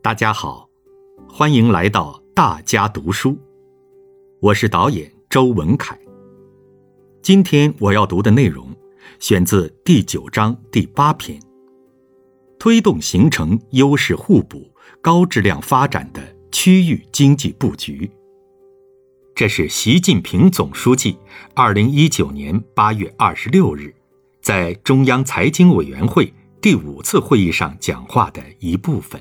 大家好，欢迎来到大家读书，我是导演周文凯。今天我要读的内容选自第9章第8篇，推动形成优势互补、高质量发展的区域经济布局。这是习近平总书记2019年8月26日在中央财经委员会第5次会议上讲话的一部分。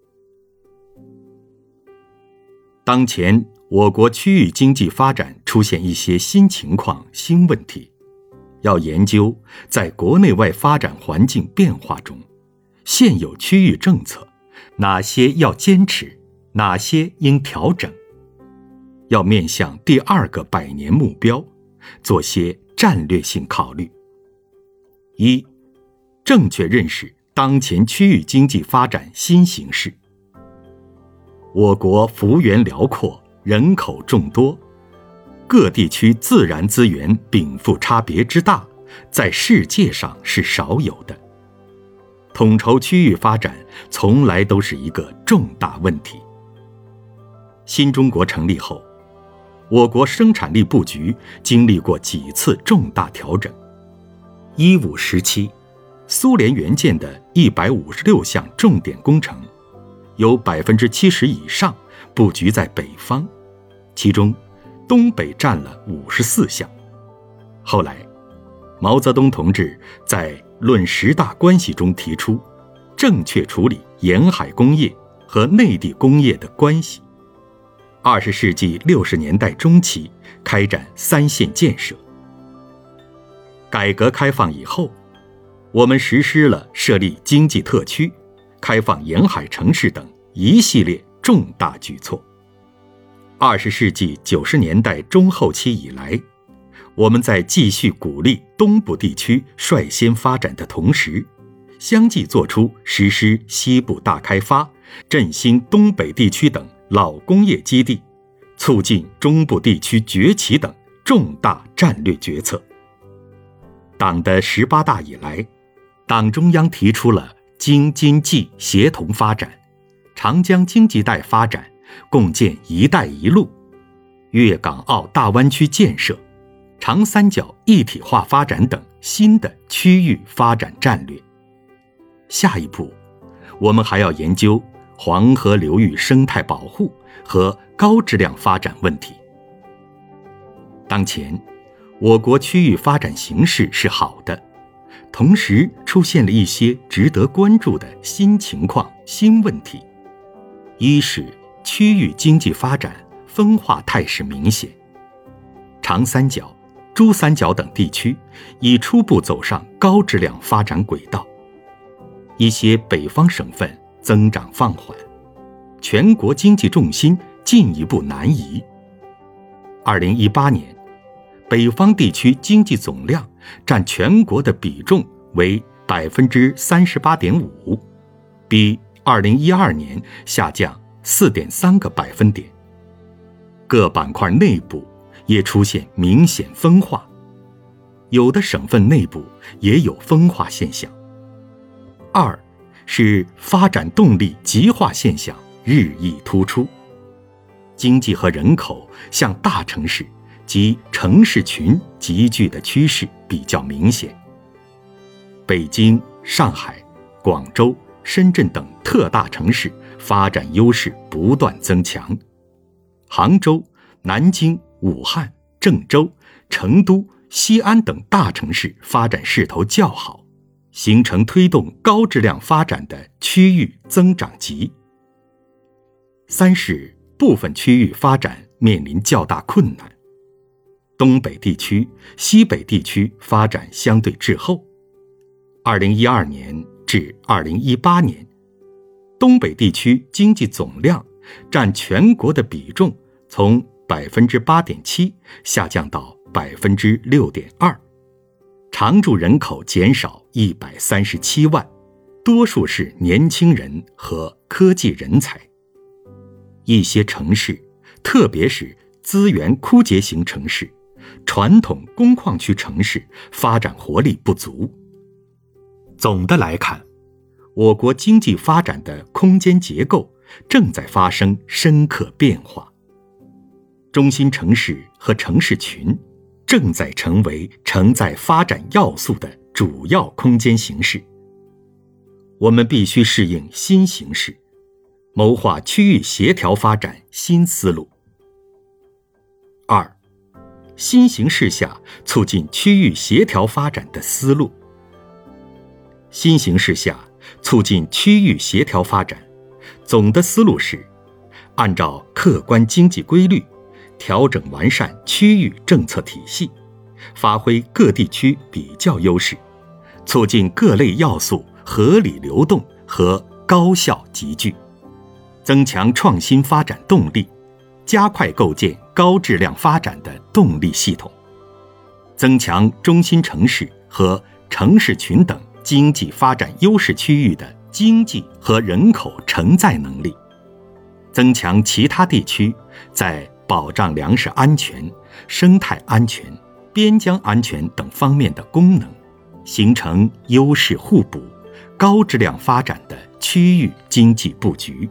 当前我国区域经济发展出现一些新情况、新问题，要研究在国内外发展环境变化中，现有区域政策哪些要坚持，哪些应调整，要面向第2个100年目标做些战略性考虑。一、正确认识当前区域经济发展新形势。我国幅员辽阔，人口众多，各地区自然资源禀赋差别之大，在世界上是少有的。统筹区域发展从来都是一个重大问题。新中国成立后，我国生产力布局经历过几次重大调整。15时期，苏联援建的156项重点工程，有70%以上布局在北方，其中东北占了54项。后来，毛泽东同志在《论10大关系》中提出，正确处理沿海工业和内地工业的关系。20世纪60年代中期开展3线建设。改革开放以后，我们实施了设立经济特区、开放沿海城市等一系列重大举措。20世纪90年代中后期以来，我们在继续鼓励东部地区率先发展的同时，相继做出实施西部大开发、振兴东北地区等老工业基地、促进中部地区崛起等重大战略决策。党的18大以来，党中央提出了京津冀协同发展、长江经济带发展、共建“一带一路”、粤港澳大湾区建设、长三角一体化发展等新的区域发展战略。下一步，我们还要研究黄河流域生态保护和高质量发展问题。当前，我国区域发展形势是好的，同时出现了一些值得关注的新情况、新问题。一是区域经济发展分化态势明显，长三角、珠三角等地区已初步走上高质量发展轨道，一些北方省份增长放缓，全国经济重心进一步南移。2018年，北方地区经济总量占全国的比重为 38.5%， 比2012年下降 4.3个百分点。各板块内部也出现明显分化，有的省份内部也有分化现象。二是发展动力极化现象日益突出，经济和人口向大城市及城市群集聚的趋势比较明显。北京、上海、广州、深圳等特大城市发展优势不断增强，杭州、南京、武汉、郑州、成都、西安等大城市发展势头较好，形成推动高质量发展的区域增长极。三是部分区域发展面临较大困难，东北地区、西北地区发展相对滞后。2012年至2018年，东北地区经济总量占全国的比重从 8.7% 下降到 6.2%， 常住人口减少137万，多数是年轻人和科技人才。一些城市，特别是资源枯竭型城市、传统工矿区城市发展活力不足。总的来看，我国经济发展的空间结构正在发生深刻变化。中心城市和城市群正在成为承载发展要素的主要空间形式。我们必须适应新形势，谋划区域协调发展新思路。2. 新形势下促进区域协调发展的思路。新形势下促进区域协调发展，总的思路是按照客观经济规律调整完善区域政策体系，发挥各地区比较优势，促进各类要素合理流动和高效集聚，增强创新发展动力，加快构建高质量发展的动力系统，增强中心城市和城市群等经济发展优势区域的经济和人口承载能力，增强其他地区在保障粮食安全、生态安全、边疆安全等方面的功能，形成优势互补、高质量发展的区域经济布局。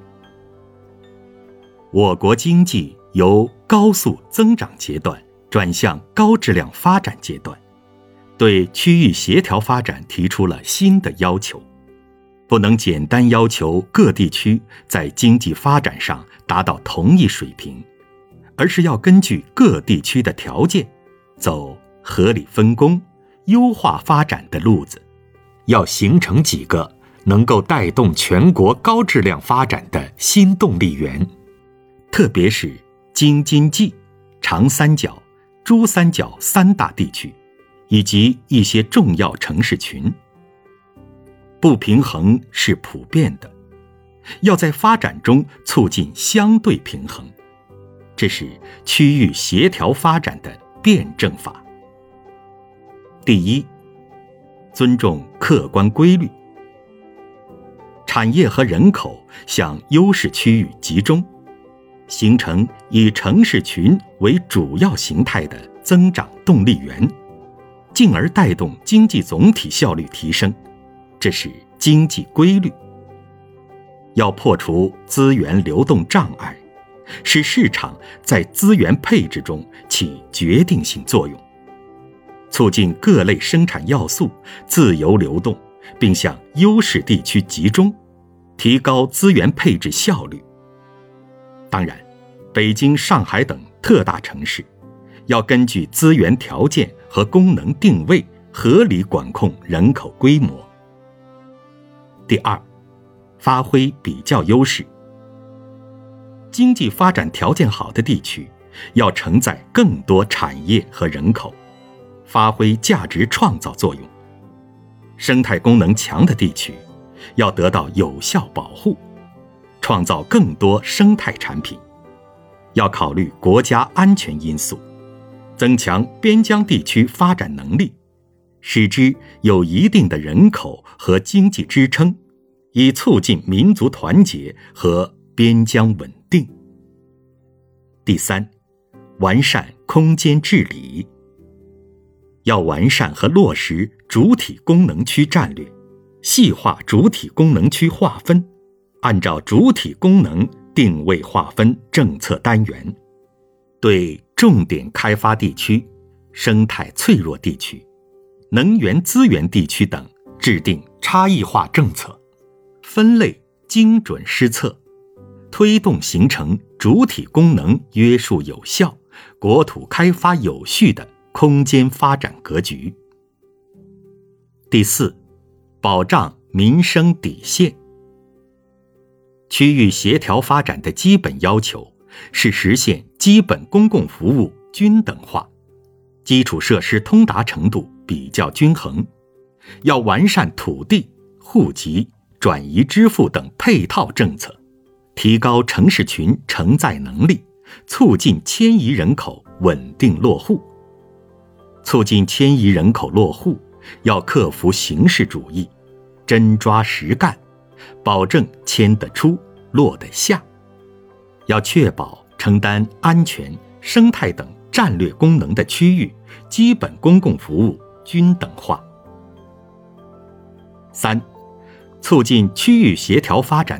我国经济由高速增长阶段转向高质量发展阶段，对区域协调发展提出了新的要求，不能简单要求各地区在经济发展上达到同一水平，而是要根据各地区的条件，走合理分工、优化发展的路子，要形成几个能够带动全国高质量发展的新动力源，特别是京津冀、长三角、珠三角三大地区，以及一些重要城市群。不平衡是普遍的，要在发展中促进相对平衡，这是区域协调发展的辩证法。第一，尊重客观规律，产业和人口向优势区域集中，形成以城市群为主要形态的增长动力源，进而带动经济总体效率提升，这是经济规律。要破除资源流动障碍，使市场在资源配置中起决定性作用，促进各类生产要素自由流动，并向优势地区集中，提高资源配置效率。当然，北京、上海等特大城市要根据资源条件和功能定位，合理管控人口规模。第二，发挥比较优势。经济发展条件好的地区要承载更多产业和人口，发挥价值创造作用。生态功能强的地区要得到有效保护，创造更多生态产品。要考虑国家安全因素，增强边疆地区发展能力，使之有一定的人口和经济支撑，以促进民族团结和边疆稳定。第三，完善空间治理。要完善和落实主体功能区战略，细化主体功能区划分，按照主体功能定位划分政策单元，对重点开发地区、生态脆弱地区、能源资源地区等制定差异化政策，分类精准施策，推动形成主体功能约束有效、国土开发有序的空间发展格局。第四，保障民生底线。区域协调发展的基本要求是实现基本公共服务均等化，基础设施通达程度比较均衡，要完善土地、户籍、转移支付等配套政策，提高城市群承载能力，促进迁移人口稳定落户。促进迁移人口落户，要克服形式主义，真抓实干，保证迁得出、落得下。要确保承担安全、生态等战略功能的区域基本公共服务均等化。三，促进区域协调发展的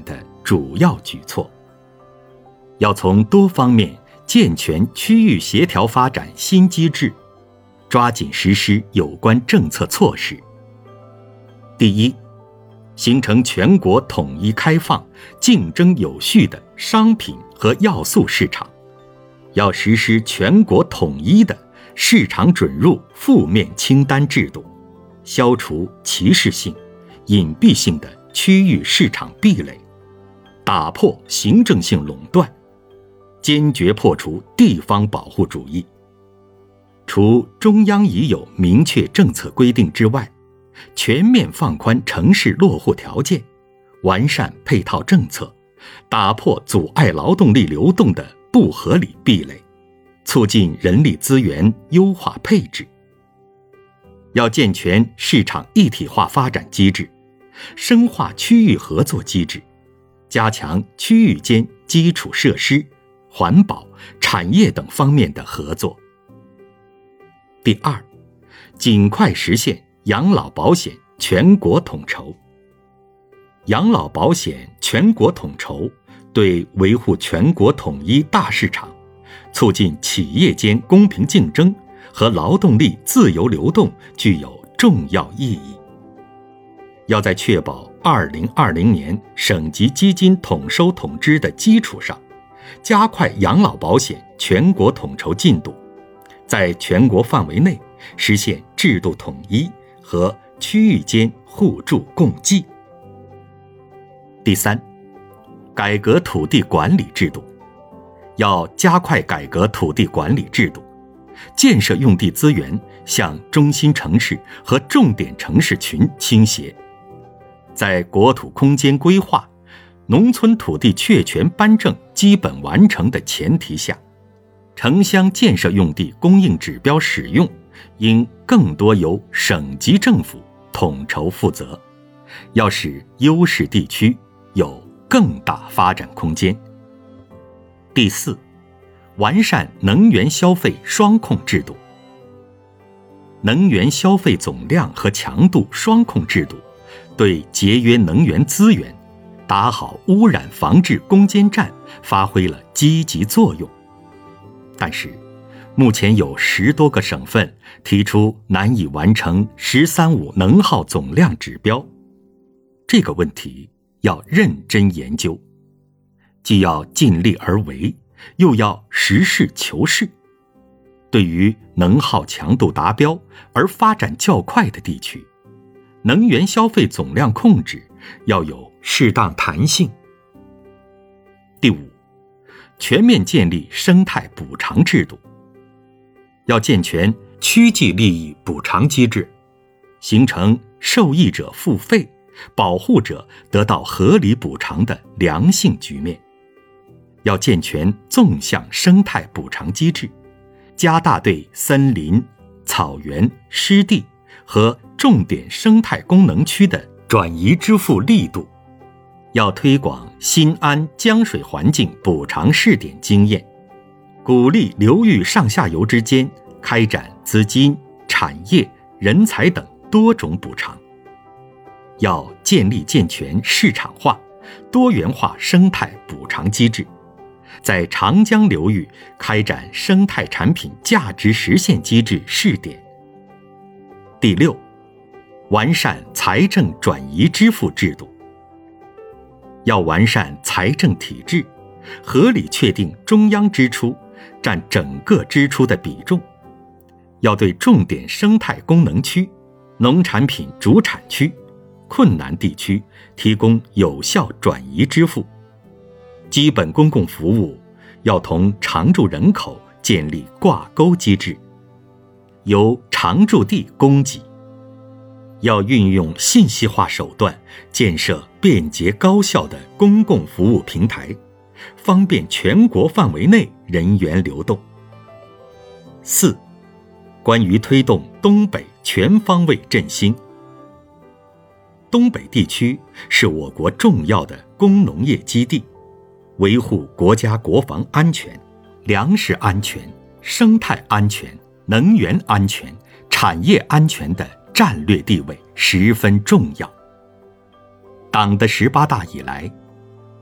主要举措。要从多方面健全区域协调发展新机制，抓紧实施有关政策措施。第一，形成全国统一开放、竞争有序的商品和要素市场，要实施全国统一的市场准入负面清单制度，消除歧视性、隐蔽性的区域市场壁垒，打破行政性垄断，坚决破除地方保护主义。除中央已有明确政策规定之外，全面放宽城市落户条件，完善配套政策，打破阻碍劳动力流动的不合理壁垒，促进人力资源优化配置。要健全市场一体化发展机制，深化区域合作机制，加强区域间基础设施、环保、产业等方面的合作。第二，尽快实现养老保险全国统筹。养老保险全国统筹对维护全国统一大市场，促进企业间公平竞争和劳动力自由流动具有重要意义。要在确保2020年省级基金统收统支的基础上，加快养老保险全国统筹进度，在全国范围内实现制度统一和区域间互助共济。第三，改革土地管理制度。要加快改革土地管理制度，建设用地资源向中心城市和重点城市群倾斜。在国土空间规划、农村土地确权颁证基本完成的前提下，城乡建设用地供应指标使用应更多由省级政府统筹负责，要使优势地区有更大发展空间。第四，完善能源消费双控制度。能源消费总量和强度双控制度对节约能源资源、打好污染防治攻坚战发挥了积极作用。但是，目前有10多个省份提出难以完成“十三五”能耗总量指标，这个问题要认真研究，既要尽力而为，又要实事求是。对于能耗强度达标而发展较快的地区，能源消费总量控制要有适当弹性。第五，全面建立生态补偿制度。要健全区际利益补偿机制，形成受益者付费、保护者得到合理补偿的良性局面。要健全纵向生态补偿机制，加大对森林、草原、湿地和重点生态功能区的转移支付力度。要推广新安江水环境补偿试点经验，鼓励流域上下游之间开展资金、产业、人才等多种补偿。要建立健全市场化、多元化生态补偿机制，在长江流域开展生态产品价值实现机制试点。第六，完善财政转移支付制度。要完善财政体制，合理确定中央支出占整个支出的比重。要对重点生态功能区、农产品主产区、困难地区提供有效转移支付。基本公共服务要同常住人口建立挂钩机制，由常住地供给。要运用信息化手段建设便捷高效的公共服务平台，方便全国范围内人员流动。四，关于推动东北全方位振兴。东北地区是我国重要的工农业基地，维护国家国防安全、粮食安全、生态安全、能源安全、产业安全的战略地位十分重要。党的18大以来，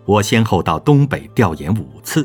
我先后到东北调研5次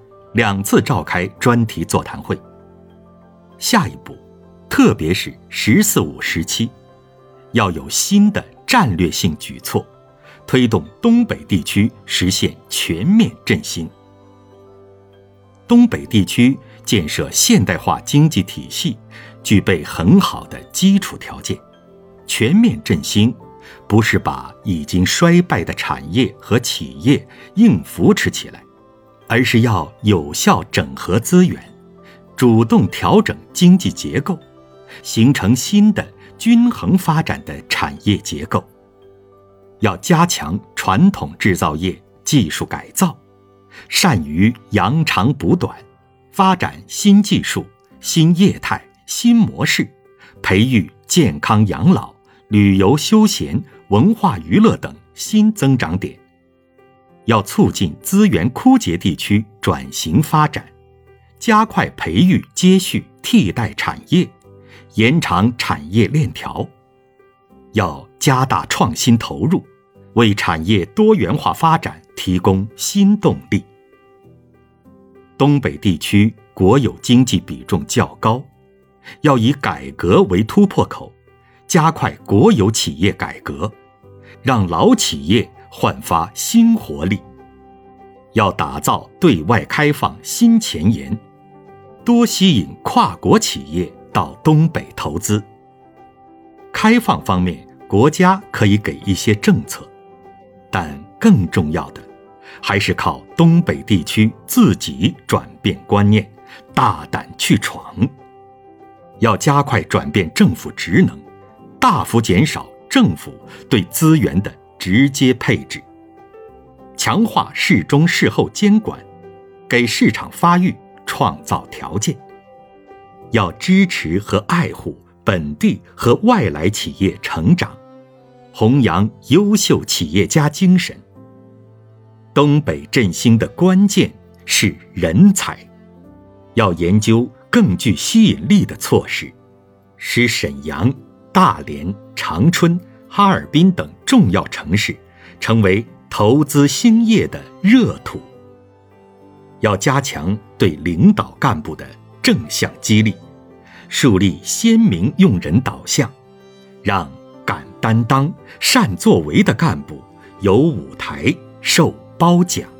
，2次召开专题座谈会。下一步，特别是“十四五”时期，要有新的战略性举措，推动东北地区实现全面振兴。东北地区建设现代化经济体系具备很好的基础条件，全面振兴不是把已经衰败的产业和企业硬扶持起来，而是要有效整合资源，主动调整经济结构，形成新的均衡发展的产业结构。要加强传统制造业技术改造，善于扬长补短，发展新技术、新业态、新模式，培育健康养老、旅游休闲、文化娱乐等新增长点。要促进资源枯竭地区转型发展，加快培育接续替代产业，延长产业链条。要加大创新投入，为产业多元化发展提供新动力。东北地区国有经济比重较高，要以改革为突破口，加快国有企业改革，让老企业焕发新活力。要打造对外开放新前沿，多吸引跨国企业到东北投资。开放方面，国家可以给一些政策，但更重要的还是靠东北地区自己转变观念，大胆去闯。要加快转变政府职能，大幅减少政府对资源的直接配置，强化事中事后监管，给市场发育创造条件。要支持和爱护本地和外来企业成长，弘扬优秀企业家精神。东北振兴的关键是人才，要研究更具吸引力的措施，使沈阳、大连、长春、哈尔滨等重要城市成为投资兴业的热土。要加强对领导干部的正向激励，树立鲜明用人导向，让敢担当、善作为的干部有舞台、受褒奖。